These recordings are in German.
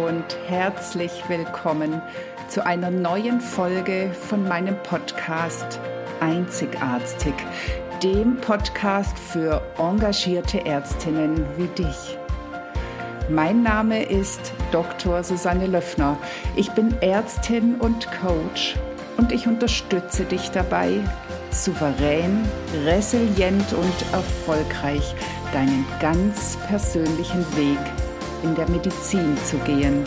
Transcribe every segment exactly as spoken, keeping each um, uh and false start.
und herzlich willkommen zu einer neuen Folge von meinem Podcast Einzigartig, dem Podcast für engagierte Ärztinnen wie dich. Mein Name ist Doktor Susanne Löffner. Ich bin Ärztin und Coach und ich unterstütze dich dabei, souverän, resilient und erfolgreich deinen ganz persönlichen Weg in der Medizin zu gehen.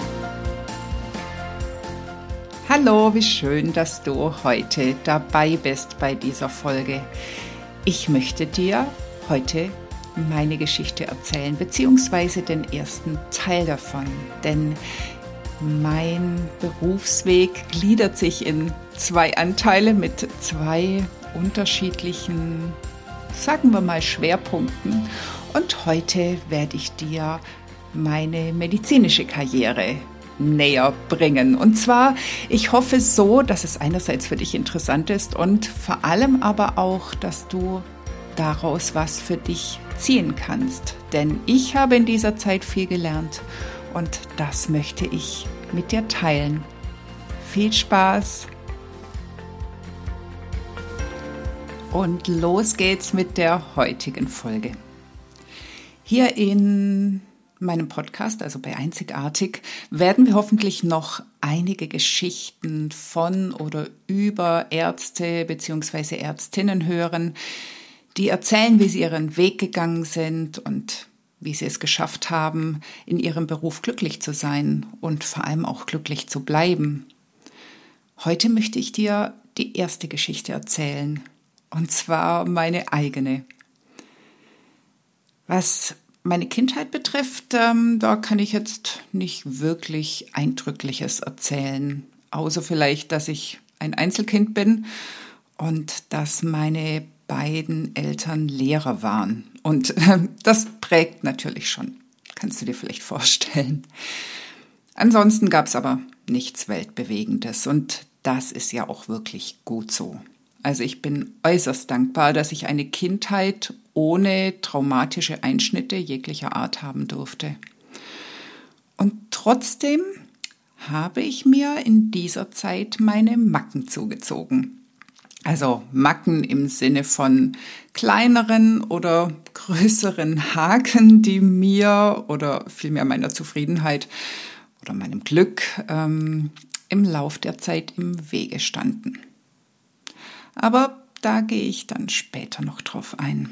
Hallo, wie schön, dass du heute dabei bist bei dieser Folge. Ich möchte dir heute meine Geschichte erzählen, beziehungsweise den ersten Teil davon, denn mein Berufsweg gliedert sich in zwei Anteile mit zwei unterschiedlichen, sagen wir mal, Schwerpunkten. Und heute werde ich dir meine medizinische Karriere näher bringen. Und zwar, ich hoffe so, dass es einerseits für dich interessant ist und vor allem aber auch, dass du daraus was für dich ziehen kannst. Denn ich habe in dieser Zeit viel gelernt und das möchte ich mit dir teilen. Viel Spaß! Und los geht's mit der heutigen Folge. Hier in meinem Podcast, also bei Einzigartig, werden wir hoffentlich noch einige Geschichten von oder über Ärzte bzw. Ärztinnen hören, die erzählen, wie sie ihren Weg gegangen sind und wie sie es geschafft haben, in ihrem Beruf glücklich zu sein und vor allem auch glücklich zu bleiben. Heute möchte ich dir die erste Geschichte erzählen. Und zwar meine eigene. Was meine Kindheit betrifft, ähm, da kann ich jetzt nicht wirklich Eindrückliches erzählen. Außer vielleicht, dass ich ein Einzelkind bin und dass meine beiden Eltern Lehrer waren. Und äh, das prägt natürlich schon. Kannst du dir vielleicht vorstellen. Ansonsten gab es aber nichts Weltbewegendes. Und das ist ja auch wirklich gut so. Also ich bin äußerst dankbar, dass ich eine Kindheit ohne traumatische Einschnitte jeglicher Art haben durfte. Und trotzdem habe ich mir in dieser Zeit meine Macken zugezogen. Also Macken im Sinne von kleineren oder größeren Haken, die mir oder vielmehr meiner Zufriedenheit oder meinem Glück ähm, im Lauf der Zeit im Wege standen. Aber da gehe ich dann später noch drauf ein.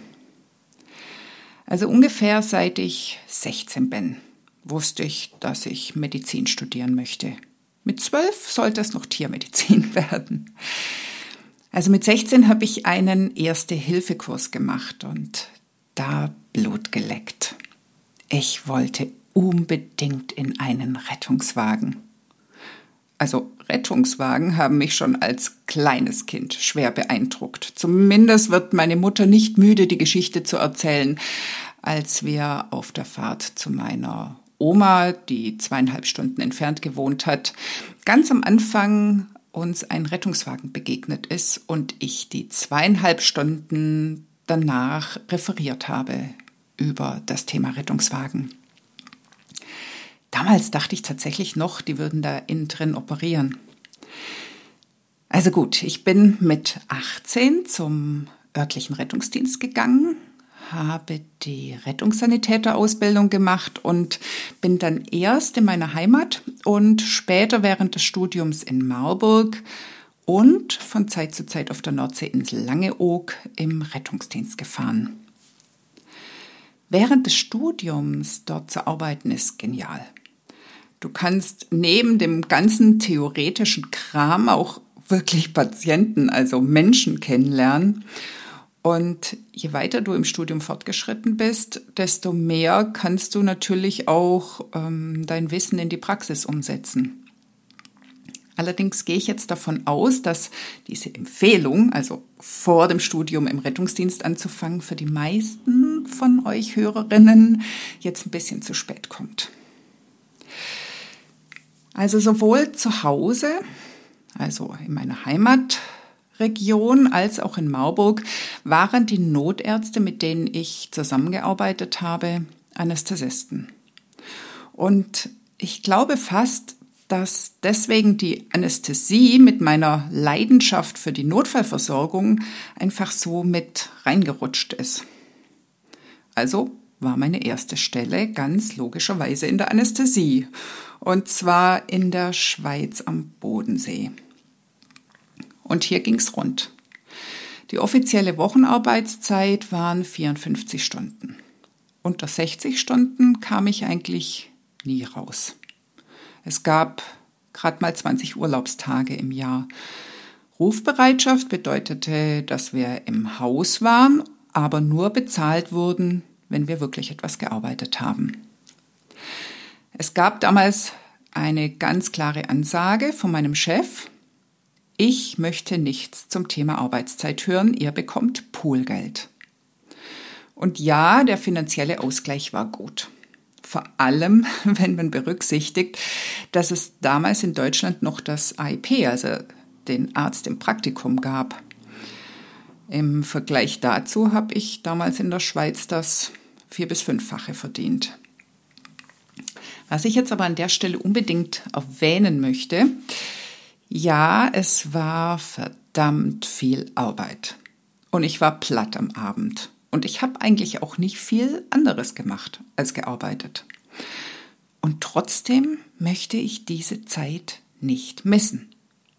Also ungefähr seit ich sechzehn bin, wusste ich, dass ich Medizin studieren möchte. Mit zwölf sollte es noch Tiermedizin werden. Also mit sechzehn habe ich einen Erste-Hilfe-Kurs gemacht und da Blut geleckt. Ich wollte unbedingt in einen Rettungswagen. Also Rettungswagen haben mich schon als kleines Kind schwer beeindruckt. Zumindest wird meine Mutter nicht müde, die Geschichte zu erzählen, als wir auf der Fahrt zu meiner Oma, die zweieinhalb Stunden entfernt gewohnt hat, ganz am Anfang uns ein Rettungswagen begegnet ist und ich die zweieinhalb Stunden danach referiert habe über das Thema Rettungswagen. Damals dachte ich tatsächlich noch, die würden da innen drin operieren. Also gut, ich bin mit achtzehn zum örtlichen Rettungsdienst gegangen, habe die Rettungssanitäterausbildung gemacht und bin dann erst in meiner Heimat und später während des Studiums in Marburg und von Zeit zu Zeit auf der Nordseeinsel Langeoog im Rettungsdienst gefahren. Während des Studiums dort zu arbeiten ist genial. Du kannst neben dem ganzen theoretischen Kram auch wirklich Patienten, also Menschen kennenlernen. Und je weiter du im Studium fortgeschritten bist, desto mehr kannst du natürlich auch ähm, dein Wissen in die Praxis umsetzen. Allerdings gehe ich jetzt davon aus, dass diese Empfehlung, also vor dem Studium im Rettungsdienst anzufangen, für die meisten von euch Hörerinnen jetzt ein bisschen zu spät kommt. Also sowohl zu Hause, also in meiner Heimatregion, als auch in Marburg waren die Notärzte, mit denen ich zusammengearbeitet habe, Anästhesisten. Und ich glaube fast, dass deswegen die Anästhesie mit meiner Leidenschaft für die Notfallversorgung einfach so mit reingerutscht ist. Also war meine erste Stelle ganz logischerweise in der Anästhesie, und zwar in der Schweiz am Bodensee. Und hier ging's rund. Die offizielle Wochenarbeitszeit waren vierundfünfzig Stunden. Unter sechzig Stunden kam ich eigentlich nie raus. Es gab gerade mal zwanzig Urlaubstage im Jahr. Rufbereitschaft bedeutete, dass wir im Haus waren, aber nur bezahlt wurden, wenn wir wirklich etwas gearbeitet haben. Es gab damals eine ganz klare Ansage von meinem Chef: Ich möchte nichts zum Thema Arbeitszeit hören, ihr bekommt Poolgeld. Und ja, der finanzielle Ausgleich war gut. Vor allem, wenn man berücksichtigt, dass es damals in Deutschland noch das A I P, also den Arzt im Praktikum, gab. Im Vergleich dazu habe ich damals in der Schweiz das vier- bis fünffache verdient. Was ich jetzt aber an der Stelle unbedingt erwähnen möchte: Ja, es war verdammt viel Arbeit. Und ich war platt am Abend. Und ich habe eigentlich auch nicht viel anderes gemacht als gearbeitet. Und trotzdem möchte ich diese Zeit nicht missen.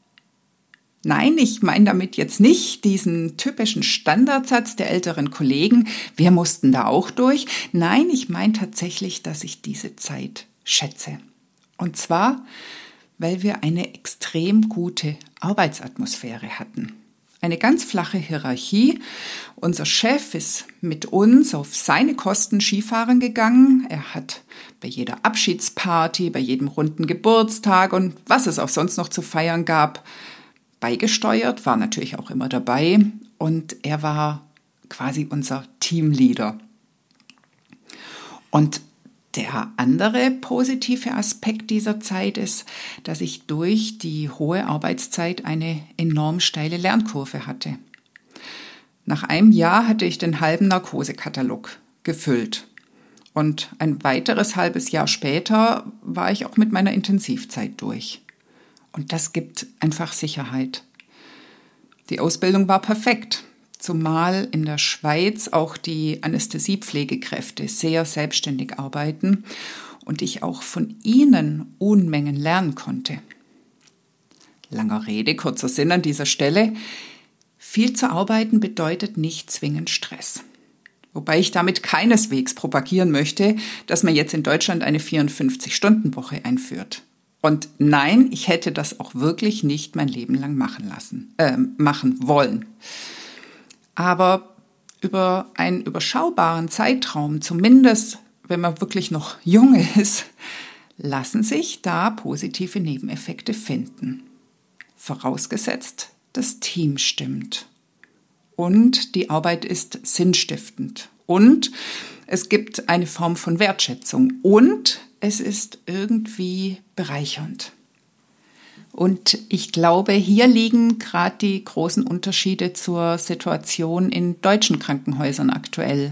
Nein, ich meine damit jetzt nicht diesen typischen Standardsatz der älteren Kollegen, wir mussten da auch durch. Nein, ich meine tatsächlich, dass ich diese Zeit schätze. Und zwar, weil wir eine extrem gute Arbeitsatmosphäre hatten. Eine ganz flache Hierarchie. Unser Chef ist mit uns auf seine Kosten Skifahren gegangen. Er hat bei jeder Abschiedsparty, bei jedem runden Geburtstag und was es auch sonst noch zu feiern gab, beigesteuert, war natürlich auch immer dabei, und er war quasi unser Teamleader. Und der andere positive Aspekt dieser Zeit ist, dass ich durch die hohe Arbeitszeit eine enorm steile Lernkurve hatte. Nach einem Jahr hatte ich den halben Narkosekatalog gefüllt. Und ein weiteres halbes Jahr später war ich auch mit meiner Intensivzeit durch. Und das gibt einfach Sicherheit. Die Ausbildung war perfekt, zumal in der Schweiz auch die Anästhesiepflegekräfte sehr selbstständig arbeiten und ich auch von ihnen Unmengen lernen konnte. Langer Rede, kurzer Sinn an dieser Stelle: Viel zu arbeiten bedeutet nicht zwingend Stress. Wobei ich damit keineswegs propagieren möchte, dass man jetzt in Deutschland eine vierundfünfzig-Stunden-Woche einführt. Und nein, ich hätte das auch wirklich nicht mein Leben lang machen lassen, äh, machen wollen. Aber über einen überschaubaren Zeitraum, zumindest wenn man wirklich noch jung ist, lassen sich da positive Nebeneffekte finden. Vorausgesetzt, das Team stimmt. Und die Arbeit ist sinnstiftend. Und es gibt eine Form von Wertschätzung. Und es ist irgendwie bereichernd. Und ich glaube, hier liegen gerade die großen Unterschiede zur Situation in deutschen Krankenhäusern aktuell.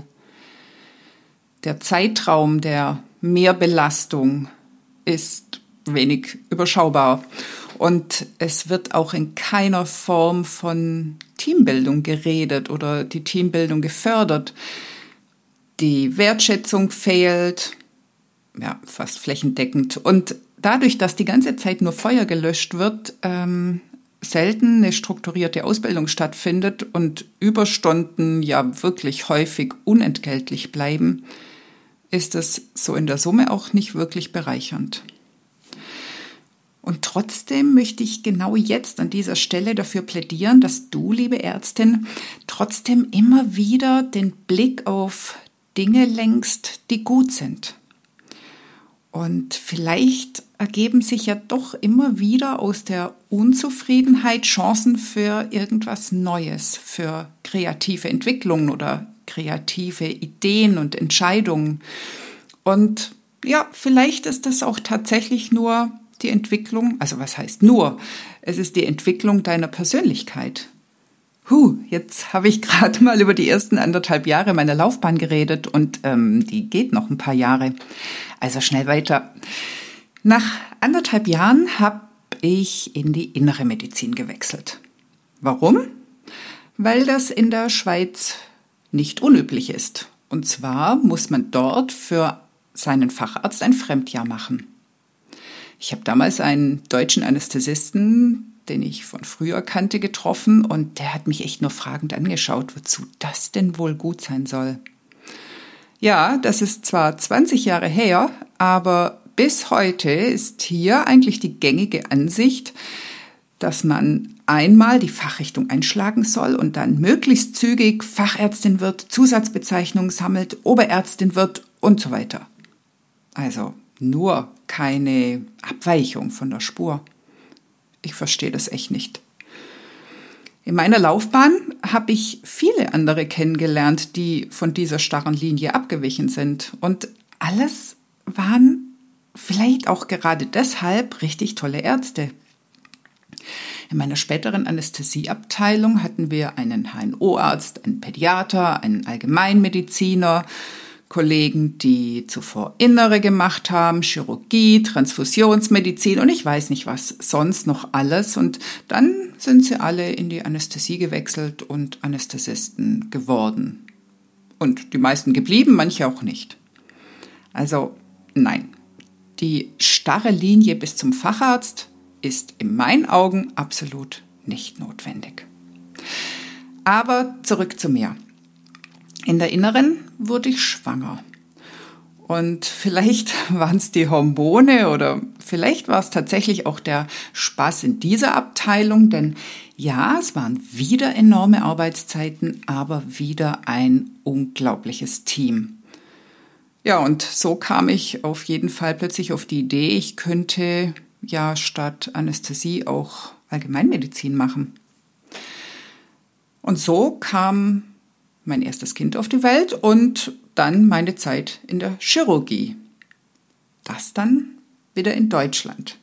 Der Zeitraum der Mehrbelastung ist wenig überschaubar. Und es wird auch in keiner Form von Teambildung geredet oder die Teambildung gefördert. Die Wertschätzung fehlt, ja, fast flächendeckend. Und dadurch, dass die ganze Zeit nur Feuer gelöscht wird, ähm, selten eine strukturierte Ausbildung stattfindet und Überstunden ja wirklich häufig unentgeltlich bleiben, ist es so in der Summe auch nicht wirklich bereichernd. Und trotzdem möchte ich genau jetzt an dieser Stelle dafür plädieren, dass du, liebe Ärztin, trotzdem immer wieder den Blick auf Dinge lenkst, die gut sind. Und vielleicht ergeben sich ja doch immer wieder aus der Unzufriedenheit Chancen für irgendwas Neues, für kreative Entwicklungen oder kreative Ideen und Entscheidungen. Und ja, vielleicht ist das auch tatsächlich nur die Entwicklung, also was heißt nur? Es ist die Entwicklung deiner Persönlichkeit. Huh, jetzt habe ich gerade mal über die ersten anderthalb Jahre meiner Laufbahn geredet und ähm, die geht noch ein paar Jahre. Also schnell weiter. Nach anderthalb Jahren habe ich in die innere Medizin gewechselt. Warum? Weil das in der Schweiz nicht unüblich ist. Und zwar muss man dort für seinen Facharzt ein Fremdjahr machen. Ich habe damals einen deutschen Anästhesisten, den ich von früher kannte, getroffen und der hat mich echt nur fragend angeschaut, wozu das denn wohl gut sein soll. Ja, das ist zwar zwanzig Jahre her, aber bis heute ist hier eigentlich die gängige Ansicht, dass man einmal die Fachrichtung einschlagen soll und dann möglichst zügig Fachärztin wird, Zusatzbezeichnungen sammelt, Oberärztin wird und so weiter. Also nur keine Abweichung von der Spur. Ich verstehe das echt nicht. In meiner Laufbahn habe ich viele andere kennengelernt, die von dieser starren Linie abgewichen sind. Und alles waren vielleicht auch gerade deshalb richtig tolle Ärzte. In meiner späteren Anästhesieabteilung hatten wir einen H N O-Arzt, einen Pädiater, einen Allgemeinmediziner, Kollegen, die zuvor Innere gemacht haben, Chirurgie, Transfusionsmedizin und ich weiß nicht was sonst noch alles. Und dann sind sie alle in die Anästhesie gewechselt und Anästhesisten geworden. Und die meisten geblieben, manche auch nicht. Also nein, die starre Linie bis zum Facharzt ist in meinen Augen absolut nicht notwendig. Aber zurück zu mir. In der Inneren wurde ich schwanger. Und vielleicht waren es die Hormone oder vielleicht war es tatsächlich auch der Spaß in dieser Abteilung, denn ja, es waren wieder enorme Arbeitszeiten, aber wieder ein unglaubliches Team. Ja, und so kam ich auf jeden Fall plötzlich auf die Idee, ich könnte ja statt Anästhesie auch Allgemeinmedizin machen. Und so kam mein erstes Kind auf die Welt und dann meine Zeit in der Chirurgie. Das dann wieder in Deutschland.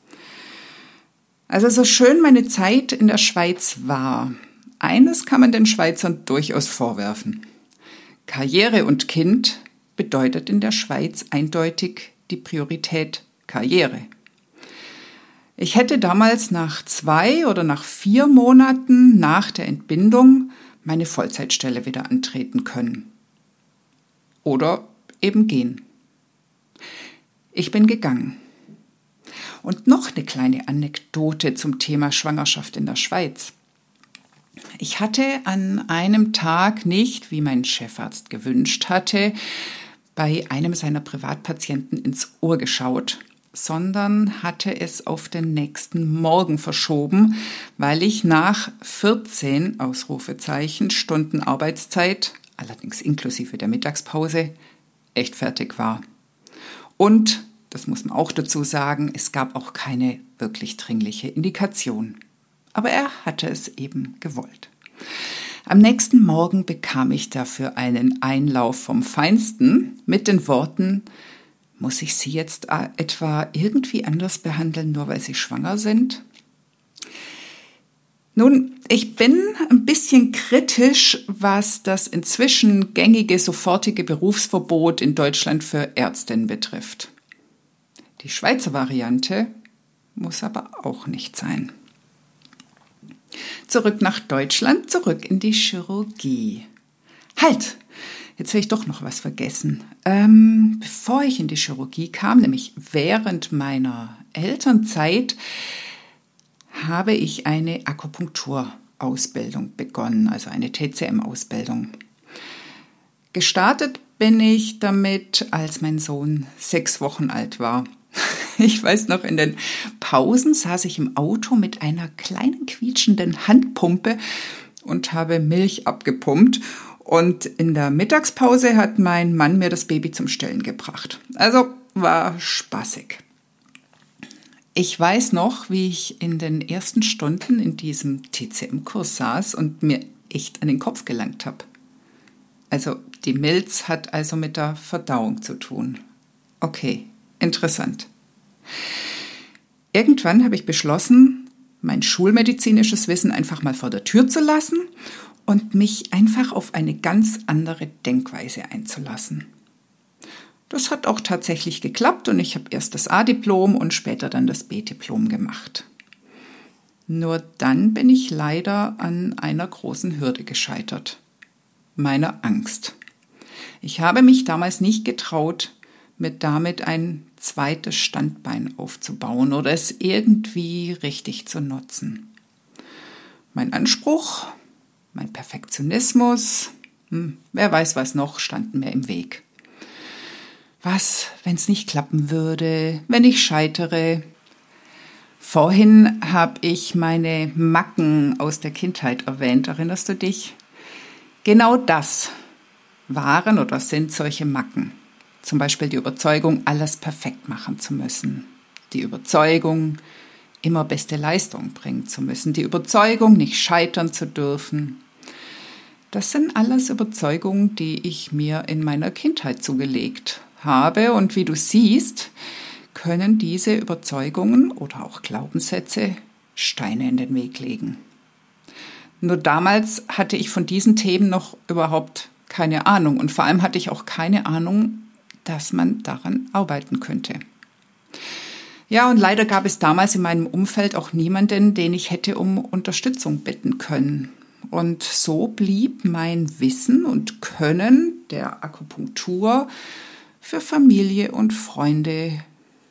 Also so schön meine Zeit in der Schweiz war, eines kann man den Schweizern durchaus vorwerfen. Karriere und Kind bedeutet in der Schweiz eindeutig die Priorität Karriere. Ich hätte damals nach zwei oder nach vier Monaten nach der Entbindung meine Vollzeitstelle wieder antreten können. Oder eben gehen. Ich bin gegangen. Und noch eine kleine Anekdote zum Thema Schwangerschaft in der Schweiz. Ich hatte an einem Tag nicht, wie mein Chefarzt gewünscht hatte, bei einem seiner Privatpatienten ins Ohr geschaut, sondern hatte es auf den nächsten Morgen verschoben, weil ich nach vierzehn Ausrufezeichen Stunden Arbeitszeit, allerdings inklusive der Mittagspause, echt fertig war. Und, das muss man auch dazu sagen, es gab auch keine wirklich dringliche Indikation. Aber er hatte es eben gewollt. Am nächsten Morgen bekam ich dafür einen Einlauf vom Feinsten mit den Worten: Muss ich Sie jetzt etwa irgendwie anders behandeln, nur weil Sie schwanger sind? Nun, ich bin ein bisschen kritisch, was das inzwischen gängige sofortige Berufsverbot in Deutschland für Ärztinnen betrifft. Die Schweizer Variante muss aber auch nicht sein. Zurück nach Deutschland, zurück in die Chirurgie. Halt! Jetzt habe ich doch noch was vergessen. Ähm, bevor ich in die Chirurgie kam, nämlich während meiner Elternzeit, habe ich eine Akupunkturausbildung begonnen, also eine T C M-Ausbildung. Gestartet bin ich damit, als mein Sohn sechs Wochen alt war. Ich weiß noch, in den Pausen saß ich im Auto mit einer kleinen quietschenden Handpumpe und habe Milch abgepumpt. Und in der Mittagspause hat mein Mann mir das Baby zum Stillen gebracht. Also war spaßig. Ich weiß noch, wie ich in den ersten Stunden in diesem T C M-Kurs saß und mir echt an den Kopf gelangt habe. Also die Milz hat also mit der Verdauung zu tun. Okay, interessant. Irgendwann habe ich beschlossen, mein schulmedizinisches Wissen einfach mal vor der Tür zu lassen und mich einfach auf eine ganz andere Denkweise einzulassen. Das hat auch tatsächlich geklappt und ich habe erst das A-Diplom und später dann das B-Diplom gemacht. Nur dann bin ich leider an einer großen Hürde gescheitert, meiner Angst. Ich habe mich damals nicht getraut, mir damit ein zweites Standbein aufzubauen oder es irgendwie richtig zu nutzen. Mein Anspruch, mein Perfektionismus, hm, wer weiß was noch, standen mir im Weg. Was, wenn es nicht klappen würde, wenn ich scheitere? Vorhin habe ich meine Macken aus der Kindheit erwähnt, erinnerst du dich? Genau das waren oder sind solche Macken. Zum Beispiel die Überzeugung, alles perfekt machen zu müssen. Die Überzeugung, immer beste Leistung bringen zu müssen. Die Überzeugung, nicht scheitern zu dürfen. Das sind alles Überzeugungen, die ich mir in meiner Kindheit zugelegt habe. Und wie du siehst, können diese Überzeugungen oder auch Glaubenssätze Steine in den Weg legen. Nur damals hatte ich von diesen Themen noch überhaupt keine Ahnung. Und vor allem hatte ich auch keine Ahnung, dass man daran arbeiten könnte. Ja, und leider gab es damals in meinem Umfeld auch niemanden, den ich hätte um Unterstützung bitten können. Und so blieb mein Wissen und Können der Akupunktur für Familie und Freunde.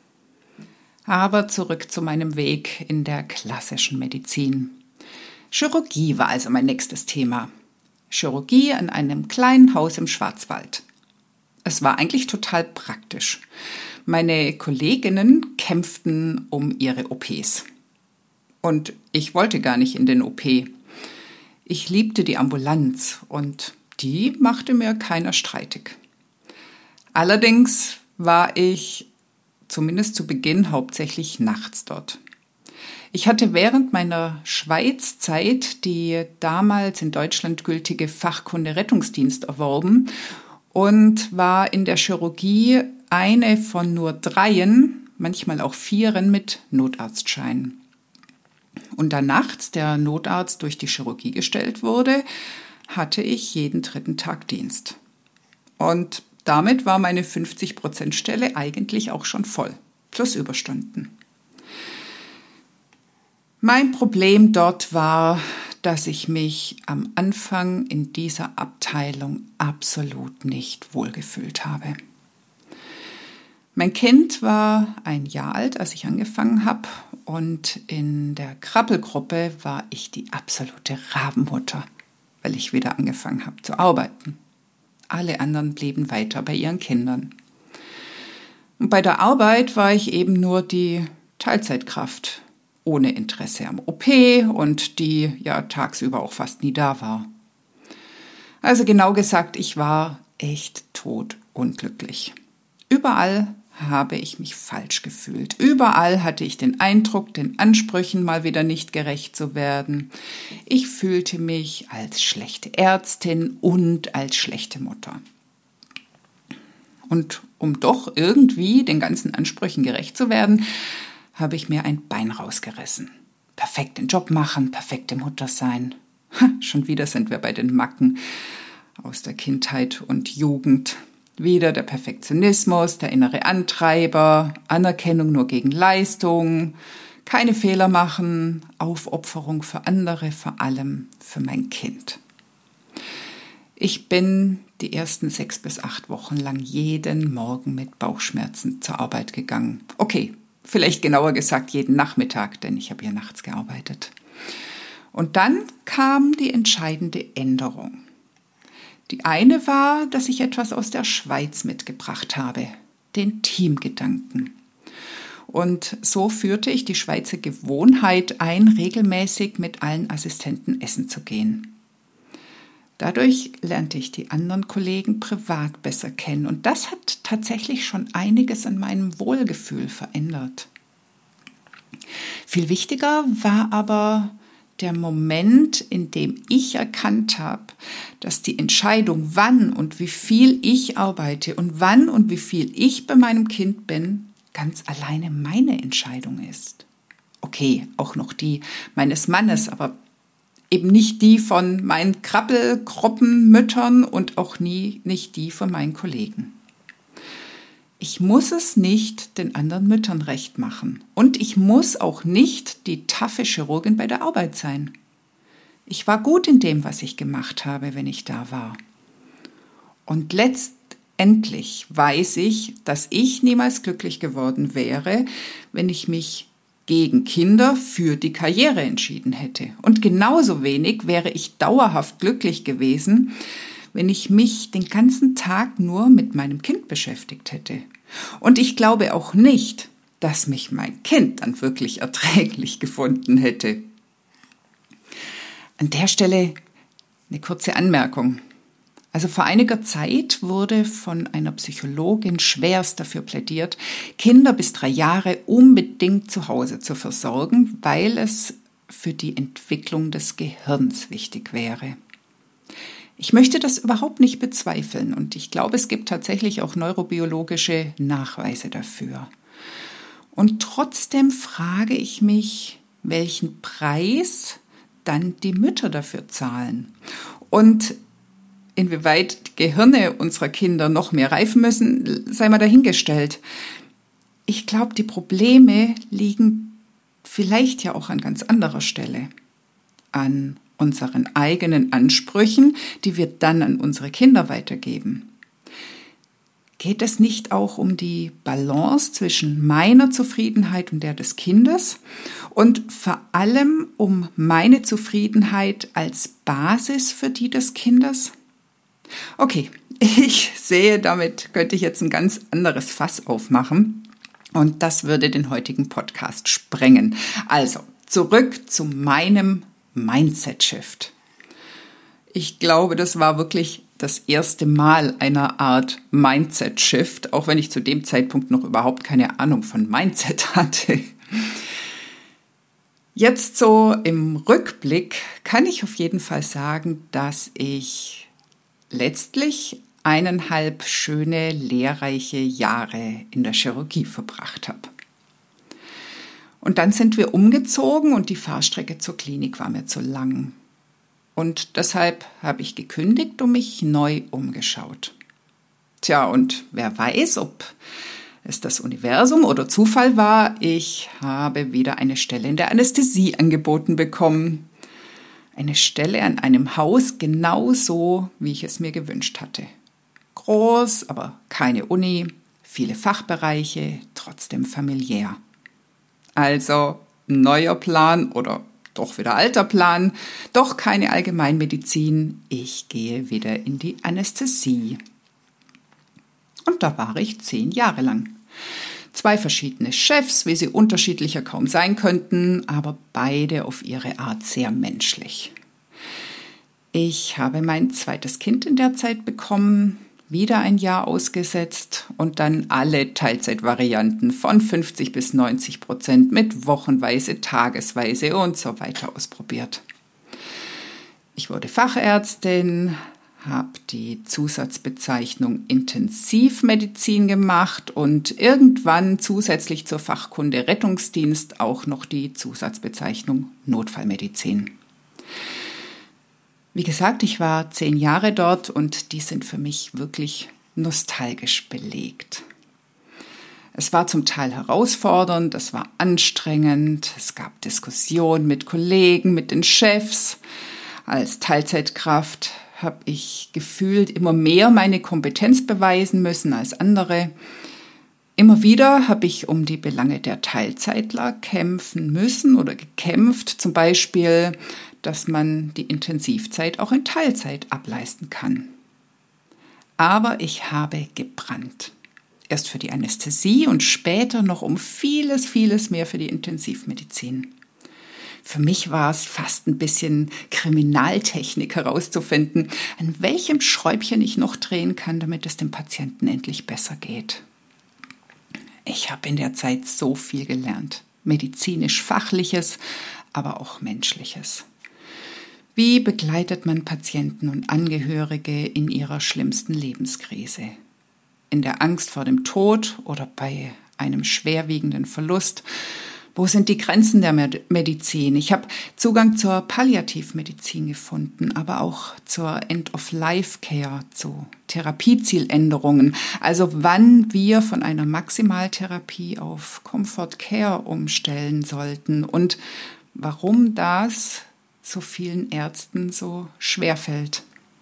Aber zurück zu meinem Weg in der klassischen Medizin. Chirurgie war also mein nächstes Thema. Chirurgie an einem kleinen Haus im Schwarzwald. Es war eigentlich total praktisch. Meine Kolleginnen kämpften um ihre O Ps. Und ich wollte gar nicht in den O P. Ich liebte die Ambulanz und die machte mir keiner streitig. Allerdings war ich zumindest zu Beginn hauptsächlich nachts dort. Ich hatte während meiner Schweizzeit die damals in Deutschland gültige Fachkunde Rettungsdienst erworben und war in der Chirurgie eine von nur dreien, manchmal auch vieren mit Notarztschein. Und da nachts der Notarzt durch die Chirurgie gestellt wurde, hatte ich jeden dritten Tag Dienst. Und damit war meine fünfzig Prozent Stelle eigentlich auch schon voll, plus Überstunden. Mein Problem dort war, dass ich mich am Anfang in dieser Abteilung absolut nicht wohlgefühlt habe. Mein Kind war ein Jahr alt, als ich angefangen habe, und in der Krabbelgruppe war ich die absolute Rabenmutter, weil ich wieder angefangen habe zu arbeiten. Alle anderen blieben weiter bei ihren Kindern. Und bei der Arbeit war ich eben nur die Teilzeitkraft, ohne Interesse am O P und die ja tagsüber auch fast nie da war. Also genau gesagt, ich war echt todunglücklich. Überall habe ich mich falsch gefühlt. Überall hatte ich den Eindruck, den Ansprüchen mal wieder nicht gerecht zu werden. Ich fühlte mich als schlechte Ärztin und als schlechte Mutter. Und um doch irgendwie den ganzen Ansprüchen gerecht zu werden, habe ich mir ein Bein rausgerissen. Perfekt den Job machen, perfekte Mutter sein. Ha, schon wieder sind wir bei den Macken aus der Kindheit und Jugend. Wieder der Perfektionismus, der innere Antreiber, Anerkennung nur gegen Leistung, keine Fehler machen, Aufopferung für andere, vor allem für mein Kind. Ich bin die ersten sechs bis acht Wochen lang jeden Morgen mit Bauchschmerzen zur Arbeit gegangen. Okay, vielleicht genauer gesagt jeden Nachmittag, denn ich habe hier nachts gearbeitet. Und dann kam die entscheidende Änderung. Die eine war, dass ich etwas aus der Schweiz mitgebracht habe, den Teamgedanken. Und so führte ich die Schweizer Gewohnheit ein, regelmäßig mit allen Assistenten essen zu gehen. Dadurch lernte ich die anderen Kollegen privat besser kennen und das hat tatsächlich schon einiges an meinem Wohlgefühl verändert. Viel wichtiger war aber der Moment, in dem ich erkannt habe, dass die Entscheidung, wann und wie viel ich arbeite und wann und wie viel ich bei meinem Kind bin, ganz alleine meine Entscheidung ist. Okay, auch noch die meines Mannes, aber eben nicht die von meinen Krabbelgruppenmüttern und auch nie nicht die von meinen Kollegen. Ich muss es nicht den anderen Müttern recht machen. Und ich muss auch nicht die taffe Chirurgin bei der Arbeit sein. Ich war gut in dem, was ich gemacht habe, wenn ich da war. Und letztendlich weiß ich, dass ich niemals glücklich geworden wäre, wenn ich mich gegen Kinder für die Karriere entschieden hätte. Und genauso wenig wäre ich dauerhaft glücklich gewesen, wenn ich mich den ganzen Tag nur mit meinem Kind beschäftigt hätte. Und ich glaube auch nicht, dass mich mein Kind dann wirklich erträglich gefunden hätte. An der Stelle eine kurze Anmerkung. Also vor einiger Zeit wurde von einer Psychologin schwerst dafür plädiert, Kinder bis drei Jahre unbedingt zu Hause zu versorgen, weil es für die Entwicklung des Gehirns wichtig wäre. Ich möchte das überhaupt nicht bezweifeln und ich glaube, es gibt tatsächlich auch neurobiologische Nachweise dafür. Und trotzdem frage ich mich, welchen Preis dann die Mütter dafür zahlen und inwieweit die Gehirne unserer Kinder noch mehr reifen müssen, sei mal dahingestellt. Ich glaube, die Probleme liegen vielleicht ja auch an ganz anderer Stelle, an unseren eigenen Ansprüchen, die wir dann an unsere Kinder weitergeben. Geht es nicht auch um die Balance zwischen meiner Zufriedenheit und der des Kindes und vor allem um meine Zufriedenheit als Basis für die des Kindes? Okay, ich sehe, damit könnte ich jetzt ein ganz anderes Fass aufmachen und das würde den heutigen Podcast sprengen. Also, zurück zu meinem Mindset-Shift. Ich glaube, das war wirklich das erste Mal einer Art Mindset-Shift, auch wenn ich zu dem Zeitpunkt noch überhaupt keine Ahnung von Mindset hatte. Jetzt so im Rückblick kann ich auf jeden Fall sagen, dass ich letztlich eineinhalb schöne, lehrreiche Jahre in der Chirurgie verbracht habe. Und dann sind wir umgezogen und die Fahrstrecke zur Klinik war mir zu lang. Und deshalb habe ich gekündigt und mich neu umgeschaut. Tja, und wer weiß, ob es das Universum oder Zufall war, ich habe wieder eine Stelle in der Anästhesie angeboten bekommen. Eine Stelle an einem Haus genau so, wie ich es mir gewünscht hatte. Groß, aber keine Uni, viele Fachbereiche, trotzdem familiär. Also neuer Plan oder doch wieder alter Plan, doch keine Allgemeinmedizin. Ich gehe wieder in die Anästhesie. Und da war ich zehn Jahre lang. Zwei verschiedene Chefs, wie sie unterschiedlicher kaum sein könnten, aber beide auf ihre Art sehr menschlich. Ich habe mein zweites Kind in der Zeit bekommen, wieder ein Jahr ausgesetzt und dann alle Teilzeitvarianten von fünfzig bis neunzig Prozent mit wochenweise, tagesweise und so weiter ausprobiert. Ich wurde Fachärztin, habe die Zusatzbezeichnung Intensivmedizin gemacht und irgendwann zusätzlich zur Fachkunde Rettungsdienst auch noch die Zusatzbezeichnung Notfallmedizin. Wie gesagt, ich war zehn Jahre dort und die sind für mich wirklich nostalgisch belegt. Es war zum Teil herausfordernd, es war anstrengend, es gab Diskussionen mit Kollegen, mit den Chefs. Als Teilzeitkraft habe ich gefühlt immer mehr meine Kompetenz beweisen müssen als andere. Immer wieder habe ich um die Belange der Teilzeitler kämpfen müssen oder gekämpft, zum Beispiel, dass man die Intensivzeit auch in Teilzeit ableisten kann. Aber ich habe gebrannt. Erst für die Anästhesie und später noch um vieles, vieles mehr für die Intensivmedizin. Für mich war es fast ein bisschen Kriminaltechnik herauszufinden, an welchem Schräubchen ich noch drehen kann, damit es dem Patienten endlich besser geht. Ich habe in der Zeit so viel gelernt. Medizinisch-Fachliches, aber auch Menschliches. Wie begleitet man Patienten und Angehörige in ihrer schlimmsten Lebenskrise? In der Angst vor dem Tod oder bei einem schwerwiegenden Verlust? Wo sind die Grenzen der Medizin? Ich habe Zugang zur Palliativmedizin gefunden, aber auch zur End-of-Life-Care, zu Therapiezieländerungen. Also wann wir von einer Maximaltherapie auf Comfort Care umstellen sollten und warum das so vielen Ärzten so schwerfällt.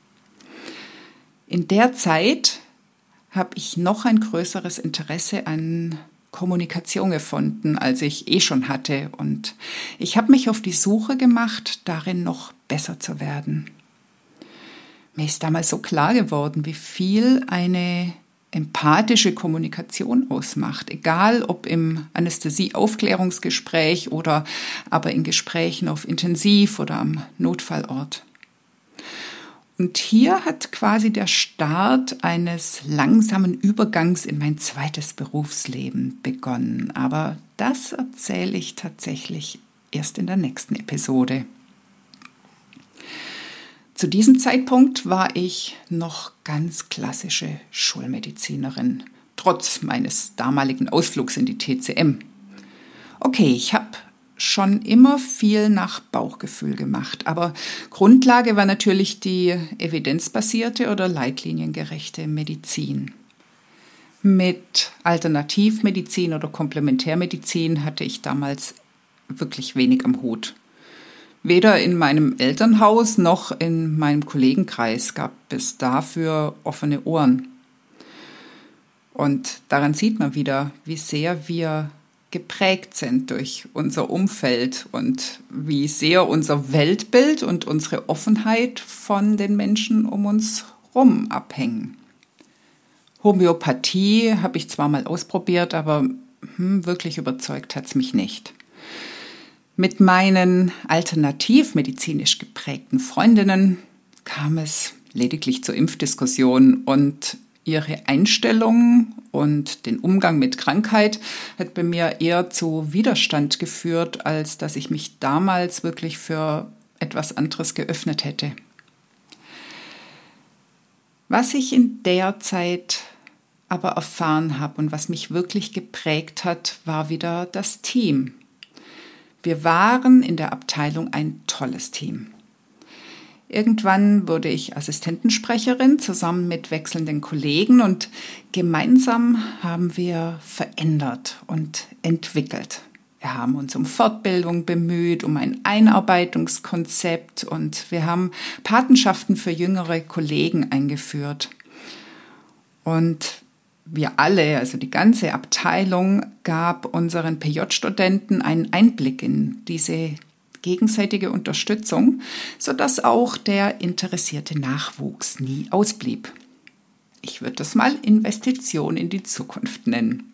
In der Zeit habe ich noch ein größeres Interesse an Kommunikation gefunden, als ich eh schon hatte. Und ich habe mich auf die Suche gemacht, darin noch besser zu werden. Mir ist damals so klar geworden, wie viel eine empathische Kommunikation ausmacht. Egal ob im Anästhesie-Aufklärungsgespräch oder aber in Gesprächen auf Intensiv oder am Notfallort. Und hier hat quasi der Start eines langsamen Übergangs in mein zweites Berufsleben begonnen. Aber das erzähle ich tatsächlich erst in der nächsten Episode. Zu diesem Zeitpunkt war ich noch ganz klassische Schulmedizinerin, trotz meines damaligen Ausflugs in die T C M. Okay, ich habe schon immer viel nach Bauchgefühl gemacht, aber Grundlage war natürlich die evidenzbasierte oder leitliniengerechte Medizin. Mit Alternativmedizin oder Komplementärmedizin hatte ich damals wirklich wenig am Hut. Weder in meinem Elternhaus noch in meinem Kollegenkreis gab es dafür offene Ohren. Und daran sieht man wieder, wie sehr wir geprägt sind durch unser Umfeld und wie sehr unser Weltbild und unsere Offenheit von den Menschen um uns herum abhängen. Homöopathie habe ich zwar mal ausprobiert, aber hm, wirklich überzeugt hat es mich nicht. Mit meinen alternativmedizinisch geprägten Freundinnen kam es lediglich zur Impfdiskussion und ihre Einstellung und den Umgang mit Krankheit hat bei mir eher zu Widerstand geführt, als dass ich mich damals wirklich für etwas anderes geöffnet hätte. Was ich in der Zeit aber erfahren habe und was mich wirklich geprägt hat, war wieder das Team. Wir waren in der Abteilung ein tolles Team. Irgendwann wurde ich Assistentensprecherin zusammen mit wechselnden Kollegen und gemeinsam haben wir verändert und entwickelt. Wir haben uns um Fortbildung bemüht, um ein Einarbeitungskonzept und wir haben Patenschaften für jüngere Kollegen eingeführt. Und wir alle, also die ganze Abteilung, gab unseren P J-Studenten einen Einblick in diese gegenseitige Unterstützung, sodass auch der interessierte Nachwuchs nie ausblieb. Ich würde das mal Investition in die Zukunft nennen.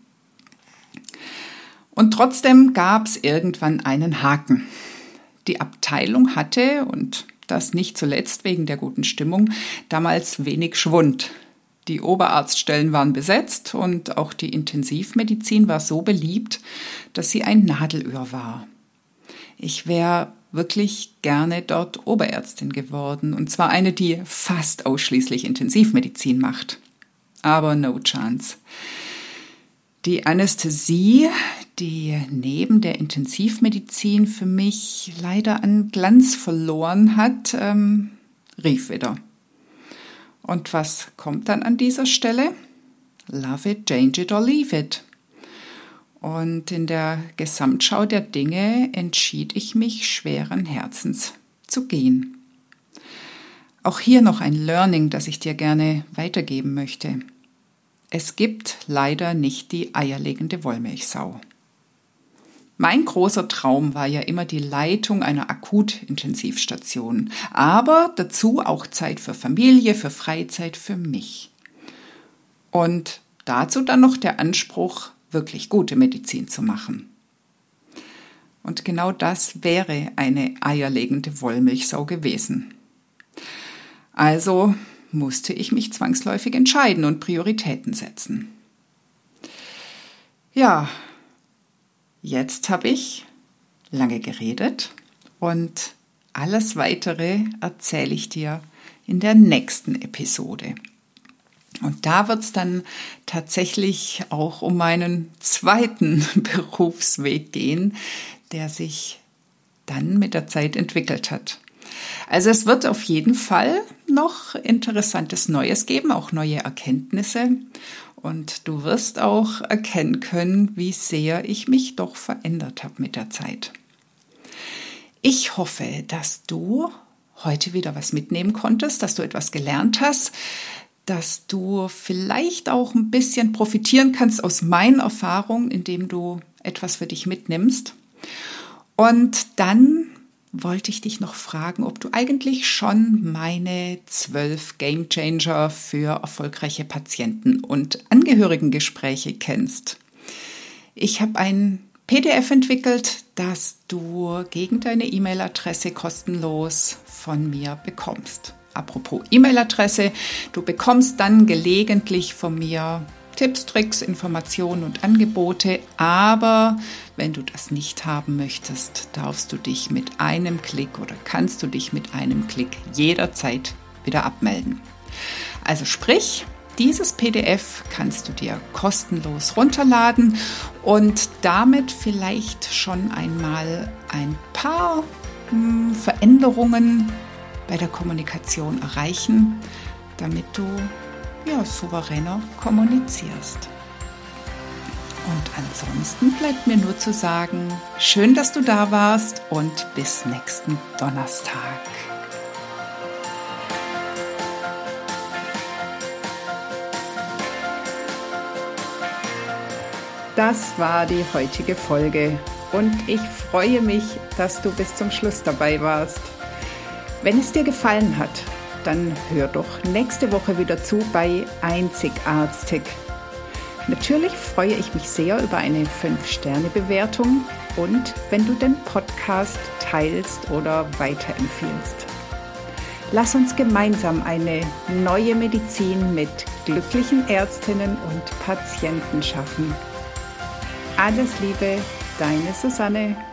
Und trotzdem gab es irgendwann einen Haken. Die Abteilung hatte, und das nicht zuletzt wegen der guten Stimmung, damals wenig Schwund. Die Oberarztstellen waren besetzt und auch die Intensivmedizin war so beliebt, dass sie ein Nadelöhr war. Ich wäre wirklich gerne dort Oberärztin geworden, und zwar eine, die fast ausschließlich Intensivmedizin macht. Aber no chance. Die Anästhesie, die neben der Intensivmedizin für mich leider an Glanz verloren hat, ähm, rief wieder. Und was kommt dann an dieser Stelle? Love it, change it or leave it. Und in der Gesamtschau der Dinge entschied ich mich schweren Herzens zu gehen. Auch hier noch ein Learning, das ich dir gerne weitergeben möchte. Es gibt leider nicht die eierlegende Wollmilchsau. Mein großer Traum war ja immer die Leitung einer Akutintensivstation, aber dazu auch Zeit für Familie, für Freizeit, für mich. Und dazu dann noch der Anspruch, wirklich gute Medizin zu machen. Und genau das wäre eine eierlegende Wollmilchsau gewesen. Also musste ich mich zwangsläufig entscheiden und Prioritäten setzen. Ja, jetzt habe ich lange geredet und alles Weitere erzähle ich dir in der nächsten Episode. Und da wird es dann tatsächlich auch um meinen zweiten Berufsweg gehen, der sich dann mit der Zeit entwickelt hat. Also es wird auf jeden Fall noch Interessantes Neues geben, auch neue Erkenntnisse. Und du wirst auch erkennen können, wie sehr ich mich doch verändert habe mit der Zeit. Ich hoffe, dass du heute wieder was mitnehmen konntest, dass du etwas gelernt hast, dass du vielleicht auch ein bisschen profitieren kannst aus meinen Erfahrungen, indem du etwas für dich mitnimmst. Und dann wollte ich dich noch fragen, ob du eigentlich schon meine zwölf Game Changer für erfolgreiche Patienten- und Angehörigengespräche kennst. Ich habe ein P D F entwickelt, das du gegen deine E-Mail-Adresse kostenlos von mir bekommst. Apropos E-Mail-Adresse, du bekommst dann gelegentlich von mir Tipps, Tricks, Informationen und Angebote, aber wenn du das nicht haben möchtest, darfst du dich mit einem Klick oder kannst du dich mit einem Klick jederzeit wieder abmelden. Also sprich, dieses P D F kannst du dir kostenlos runterladen und damit vielleicht schon einmal ein paar hm, Veränderungen bei der Kommunikation erreichen, damit du ja, souveräner kommunizierst. Und ansonsten bleibt mir nur zu sagen, schön, dass du da warst und bis nächsten Donnerstag. Das war die heutige Folge und ich freue mich, dass du bis zum Schluss dabei warst. Wenn es dir gefallen hat, dann hör doch nächste Woche wieder zu bei Einzigartig. Natürlich freue ich mich sehr über eine fünf Sterne Bewertung und wenn du den Podcast teilst oder weiterempfiehlst. Lass uns gemeinsam eine neue Medizin mit glücklichen Ärztinnen und Patienten schaffen. Alles Liebe, deine Susanne.